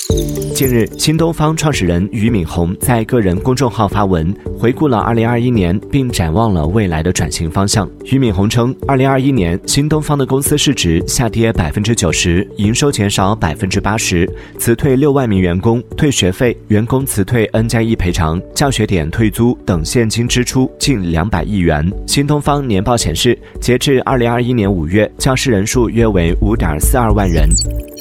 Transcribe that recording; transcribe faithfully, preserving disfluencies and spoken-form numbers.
近日，新东方创始人俞敏洪在个人公众号发文，回顾了二零二一年，并展望了未来的转型方向。俞敏洪称，二零二一年新东方的公司市值下跌百分之九十，营收减少百分之八十，辞退六万名员工，退学费、员工辞退 N 加一赔偿、教学点退租等现金支出近两百亿元。新东方年报显示，截至二零二一年五月，教师人数约为五点四二万人。